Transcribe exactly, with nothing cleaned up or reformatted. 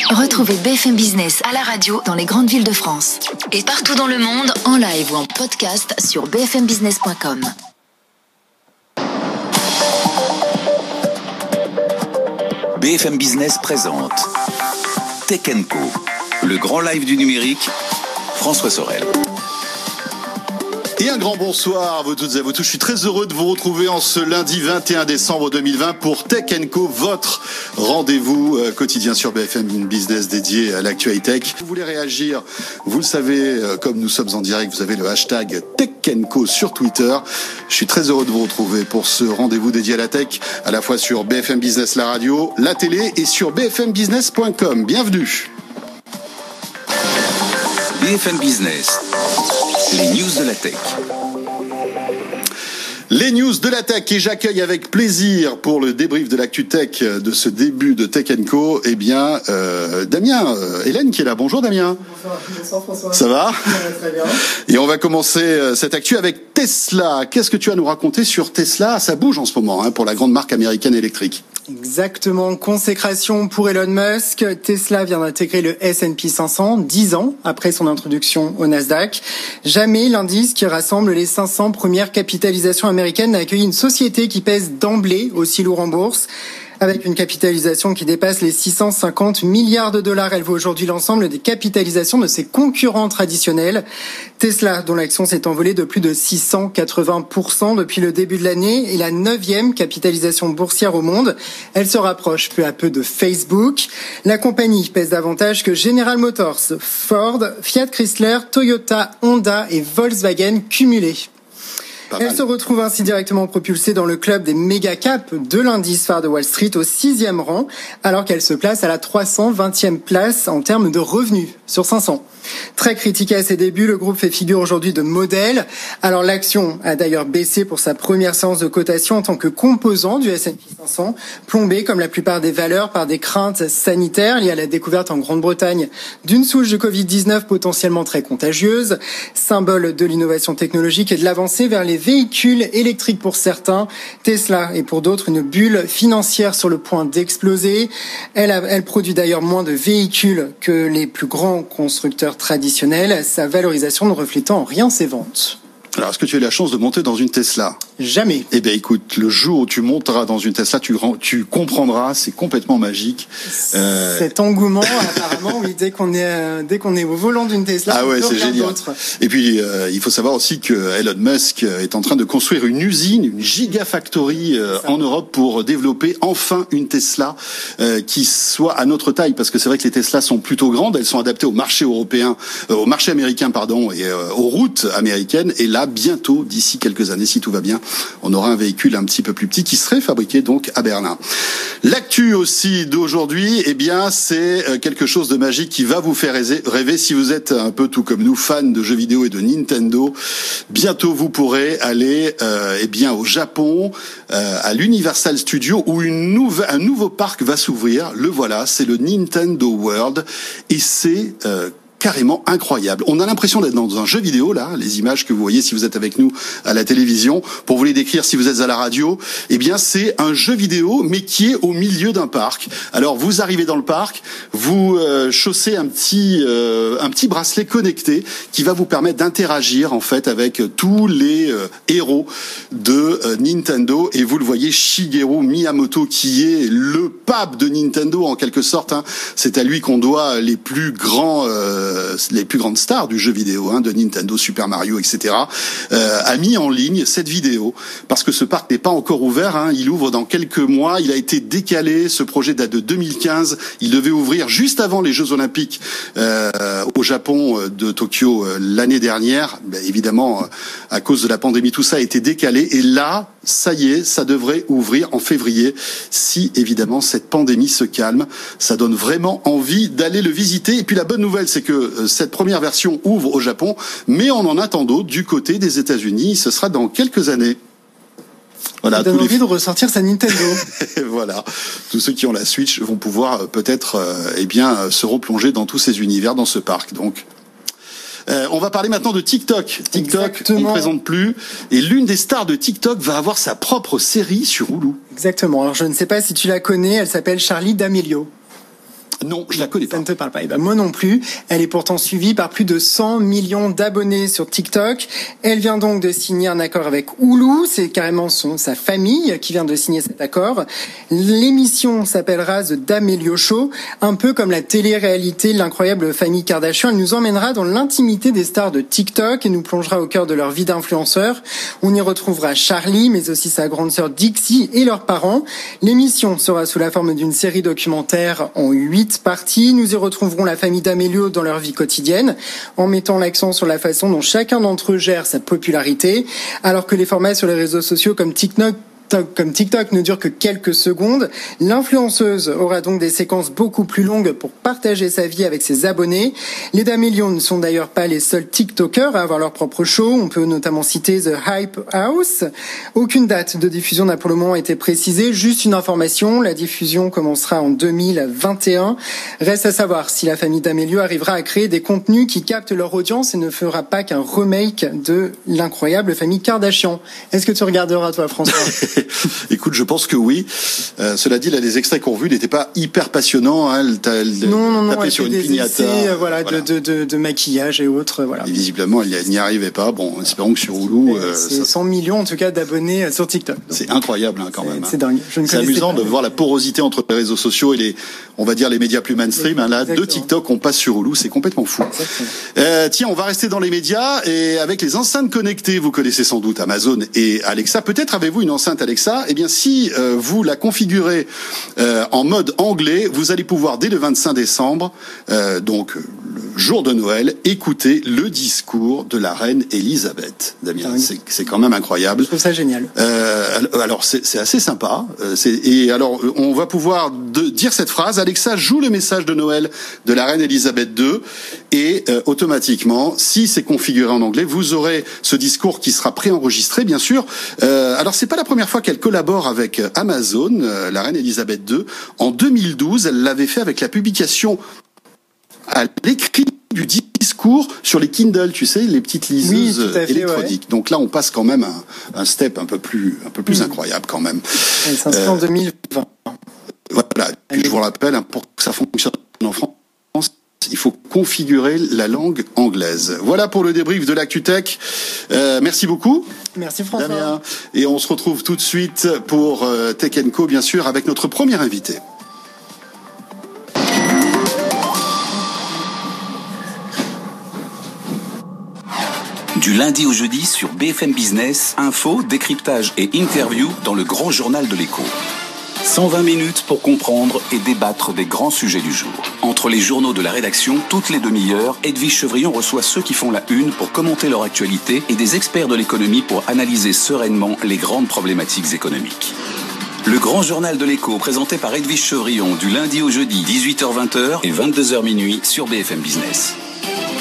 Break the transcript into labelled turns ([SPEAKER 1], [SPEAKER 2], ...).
[SPEAKER 1] Retrouvez B F M Business à la radio dans les grandes villes de France et partout dans le monde en live ou en podcast sur b f m business point com.
[SPEAKER 2] B F M Business présente Tech and Co, le grand live du numérique. François Sorel.
[SPEAKER 3] Et un grand bonsoir à vous toutes et à vous tous. Je suis très heureux de vous retrouver en ce lundi vingt et un décembre deux mille vingt pour Tech and Co, votre rendez-vous quotidien sur B F M Business dédié à l'actu high-tech. Vous voulez réagir, vous le savez, comme nous sommes en direct, vous avez le hashtag Tech and Co sur Twitter. Je suis très heureux de vous retrouver pour ce rendez-vous dédié à la tech, à la fois sur B F M Business, la radio, la télé et sur b f m business point com. Bienvenue.
[SPEAKER 2] B F M Business, les news de la tech.
[SPEAKER 3] Les news de la tech, et j'accueille avec plaisir pour le débrief de l'actu tech de ce début de Tech and Co, eh bien, euh, Damien, euh, Hélène qui est là. Bonjour Damien.
[SPEAKER 4] Bonsoir, bonsoir François.
[SPEAKER 3] Ça va ?
[SPEAKER 4] Ça va très bien.
[SPEAKER 3] Et on va commencer euh, cette actu avec Tesla. Qu'est-ce que tu as à nous raconter sur Tesla ? Ça bouge en ce moment hein, pour la grande marque américaine électrique.
[SPEAKER 4] Exactement, consécration pour Elon Musk. Tesla vient d'intégrer le S and P cinq cents, dix ans après son introduction au Nasdaq. Jamais l'indice qui rassemble les cinq cents premières capitalisations américaines n'a accueilli une société qui pèse d'emblée aussi lourd en bourse. Avec une capitalisation qui dépasse les six cent cinquante milliards de dollars, elle vaut aujourd'hui l'ensemble des capitalisations de ses concurrents traditionnels. Tesla, dont l'action s'est envolée de plus de six cent quatre-vingts pour cent depuis le début de l'année, est la neuvième capitalisation boursière au monde. Elle se rapproche peu à peu de Facebook. La compagnie pèse davantage que General Motors, Ford, Fiat Chrysler, Toyota, Honda et Volkswagen cumulés. Elle se retrouve ainsi directement propulsée dans le club des méga caps de l'indice phare de Wall Street au sixième rang, alors qu'elle se place à la trois cent vingtième place en termes de revenus sur cinq cents. Très critiqué à ses débuts, le groupe fait figure aujourd'hui de modèle. Alors l'action a d'ailleurs baissé pour sa première séance de cotation en tant que composant du S and P cinq cents, plombé comme la plupart des valeurs par des craintes sanitaires liées à la découverte en Grande-Bretagne d'une souche de covid dix-neuf potentiellement très contagieuse, symbole de l'innovation technologique et de l'avancée vers les véhicules électriques pour certains. Tesla est pour d'autres une bulle financière sur le point d'exploser. Elle, a, elle produit d'ailleurs moins de véhicules que les plus grands constructeurs traditionnels, sa valorisation ne reflétant en rien ses ventes.
[SPEAKER 3] Alors, est-ce que tu as eu la chance de monter dans une Tesla ?
[SPEAKER 4] Jamais.
[SPEAKER 3] Eh bien, écoute, le jour où tu monteras dans une Tesla, tu, tu comprendras, c'est complètement magique.
[SPEAKER 4] Euh... Cet engouement, apparemment, oui, dès qu'on est, dès qu'on est au volant d'une Tesla,
[SPEAKER 3] ah ouais,
[SPEAKER 4] on peut
[SPEAKER 3] c'est
[SPEAKER 4] rien
[SPEAKER 3] génial.
[SPEAKER 4] d'autre.
[SPEAKER 3] Et puis, euh, il faut savoir aussi que Elon Musk est en train de construire une usine, une gigafactory euh, en Europe pour développer enfin une Tesla euh, qui soit à notre taille, parce que c'est vrai que les Tesla sont plutôt grandes, elles sont adaptées au marché européen, euh, au marché américain, pardon, et euh, aux routes américaines. Et là, bientôt, d'ici quelques années, si tout va bien, on aura un véhicule un petit peu plus petit qui serait fabriqué donc à Berlin. L'actu aussi d'aujourd'hui, eh bien, c'est quelque chose de magique qui va vous faire rêver si vous êtes un peu tout comme nous, fans de jeux vidéo et de Nintendo. Bientôt, vous pourrez aller, euh, eh bien, au Japon, euh, à l'Universal Studios, où une nouve- un nouveau parc va s'ouvrir. Le voilà, c'est le Nintendo World, et c'est euh, carrément incroyable. On a l'impression d'être dans un jeu vidéo, là, les images que vous voyez si vous êtes avec nous à la télévision. Pour vous les décrire si vous êtes à la radio, eh bien, c'est un jeu vidéo, mais qui est au milieu d'un parc. Alors, vous arrivez dans le parc, vous euh, chaussez un petit, euh, un petit bracelet connecté qui va vous permettre d'interagir, en fait, avec tous les euh, héros de euh, Nintendo. Et vous le voyez, Shigeru Miyamoto, qui est le pape de Nintendo, en quelque sorte, hein. C'est à lui qu'on doit les plus grands euh, les plus grandes stars du jeu vidéo, hein, de Nintendo, Super Mario, et cetera, euh, a mis en ligne cette vidéo parce que ce parc n'est pas encore ouvert. Hein, il ouvre dans quelques mois. Il a été décalé. Ce projet date de deux mille quinze. Il devait ouvrir juste avant les Jeux Olympiques euh, au Japon de Tokyo euh, l'année dernière. Ben, évidemment, euh, à cause de la pandémie, tout ça a été décalé. Et là, ça y est, ça devrait ouvrir en février. Si évidemment cette pandémie se calme, ça donne vraiment envie d'aller le visiter. Et puis la bonne nouvelle, c'est que cette première version ouvre au Japon, mais on en attend d'autres du côté des États-Unis. Ce sera dans quelques années.
[SPEAKER 4] Voilà, ça donne envie les... de ressortir sa Nintendo.
[SPEAKER 3] Voilà, tous ceux qui ont la Switch vont pouvoir peut-être, euh, eh bien, se replonger dans tous ces univers, dans ce parc. Donc. Euh, on va parler maintenant de TikTok. TikTok, Exactement. On ne présente plus. Et l'une des stars de TikTok va avoir sa propre série sur Hulu.
[SPEAKER 4] Exactement. Alors, je ne sais pas si tu la connais. Elle s'appelle Charli D'Amelio.
[SPEAKER 3] Non, je la connais pas.
[SPEAKER 4] Ça ne te parle pas. Eh ben, moi non plus. Elle est pourtant suivie par plus de cent millions d'abonnés sur TikTok. Elle vient donc de signer un accord avec Hulu. C'est carrément son, sa famille qui vient de signer cet accord. L'émission s'appellera The D'Amelio Show. Un peu comme la télé-réalité L'incroyable famille Kardashian. Elle nous emmènera dans l'intimité des stars de TikTok et nous plongera au cœur de leur vie d'influenceurs. On y retrouvera Charlie, mais aussi sa grande sœur Dixie et leurs parents. L'émission sera sous la forme d'une série documentaire en huit parties. Nous y retrouverons la famille d'Amelio dans leur vie quotidienne, en mettant l'accent sur la façon dont chacun d'entre eux gère sa popularité, alors que les formats sur les réseaux sociaux comme TikTok comme TikTok ne dure que quelques secondes. L'influenceuse aura donc des séquences beaucoup plus longues pour partager sa vie avec ses abonnés. Les D'Amelio ne sont d'ailleurs pas les seuls TikTokers à avoir leur propre show. On peut notamment citer The Hype House. Aucune date de diffusion n'a pour le moment été précisée. Juste une information, la diffusion commencera en deux mille vingt et un. Reste à savoir si la famille D'Amelio arrivera à créer des contenus qui captent leur audience et ne fera pas qu'un remake de l'incroyable famille Kardashian. Est-ce que tu regarderas, toi, François?
[SPEAKER 3] Écoute, je pense que oui. Euh, cela dit, là, les extraits qu'on vus n'étaient pas hyper passionnants. Hein. Elle, elle,
[SPEAKER 4] non, non, non. Elle
[SPEAKER 3] sur
[SPEAKER 4] fait
[SPEAKER 3] une
[SPEAKER 4] des
[SPEAKER 3] pignata,
[SPEAKER 4] essais, voilà,
[SPEAKER 3] voilà.
[SPEAKER 4] De, de, de maquillage et autres. Voilà.
[SPEAKER 3] Et visiblement, elle n'y arrivait pas. Bon, espérons que sur Hulu, euh,
[SPEAKER 4] c'est
[SPEAKER 3] ça...
[SPEAKER 4] cent millions en tout cas d'abonnés sur TikTok. Donc,
[SPEAKER 3] c'est incroyable, hein, quand même.
[SPEAKER 4] C'est dingue. Je ne
[SPEAKER 3] c'est amusant pas. de voir la porosité entre les réseaux sociaux et les, on va dire, les médias plus mainstream. Hein, là, de TikTok, on passe sur Hulu, c'est complètement fou. Euh, tiens, on va rester dans les médias et avec les enceintes connectées. Vous connaissez sans doute Amazon et Alexa. Peut-être avez-vous une enceinte Alexa. Eh bien, si euh, vous la configurez euh, en mode anglais, vous allez pouvoir dès le vingt-cinq décembre, euh, donc le jour de Noël, écouter le discours de la reine Elisabeth. Damien, c'est, c'est quand même incroyable.
[SPEAKER 4] Je trouve ça génial.
[SPEAKER 3] Euh, alors c'est, c'est assez sympa. Euh, c'est, et alors on va pouvoir de, dire cette phrase. Alexa joue le message de Noël de la reine Elisabeth deux et euh, automatiquement, si c'est configuré en anglais, vous aurez ce discours qui sera préenregistré, bien sûr. Euh, alors c'est pas la première fois qu'elle collabore avec Amazon, euh, la reine Elisabeth deux. En deux mille douze, elle l'avait fait avec la publication à l'écrit du discours sur les Kindle, tu sais, les petites liseuses
[SPEAKER 4] oui, fait,
[SPEAKER 3] électroniques. Ouais. Donc là, on passe quand même un, un step un peu plus, un peu plus mmh. incroyable quand même.
[SPEAKER 4] Elle s'inscrit euh, en deux mille vingt.
[SPEAKER 3] Voilà. Puis je vous rappelle, hein, pour que ça fonctionne en France, il faut configurer la langue anglaise. Voilà pour le débrief de l'ActuTech. Euh, merci beaucoup.
[SPEAKER 4] Merci François.
[SPEAKER 3] Damien. Et on se retrouve tout de suite pour euh, Tech and Co, bien sûr, avec notre premier invité.
[SPEAKER 2] Du lundi au jeudi sur B F M Business, info, décryptage et interview dans le grand journal de l'écho. cent vingt minutes pour comprendre et débattre des grands sujets du jour. Entre les journaux de la rédaction, toutes les demi-heures, Edwige Chevrillon reçoit ceux qui font la une pour commenter leur actualité et des experts de l'économie pour analyser sereinement les grandes problématiques économiques. Le grand journal de l'écho, présenté par Edwige Chevrillon, du lundi au jeudi, dix-huit heures vingt et vingt-deux heures minuit sur B F M Business.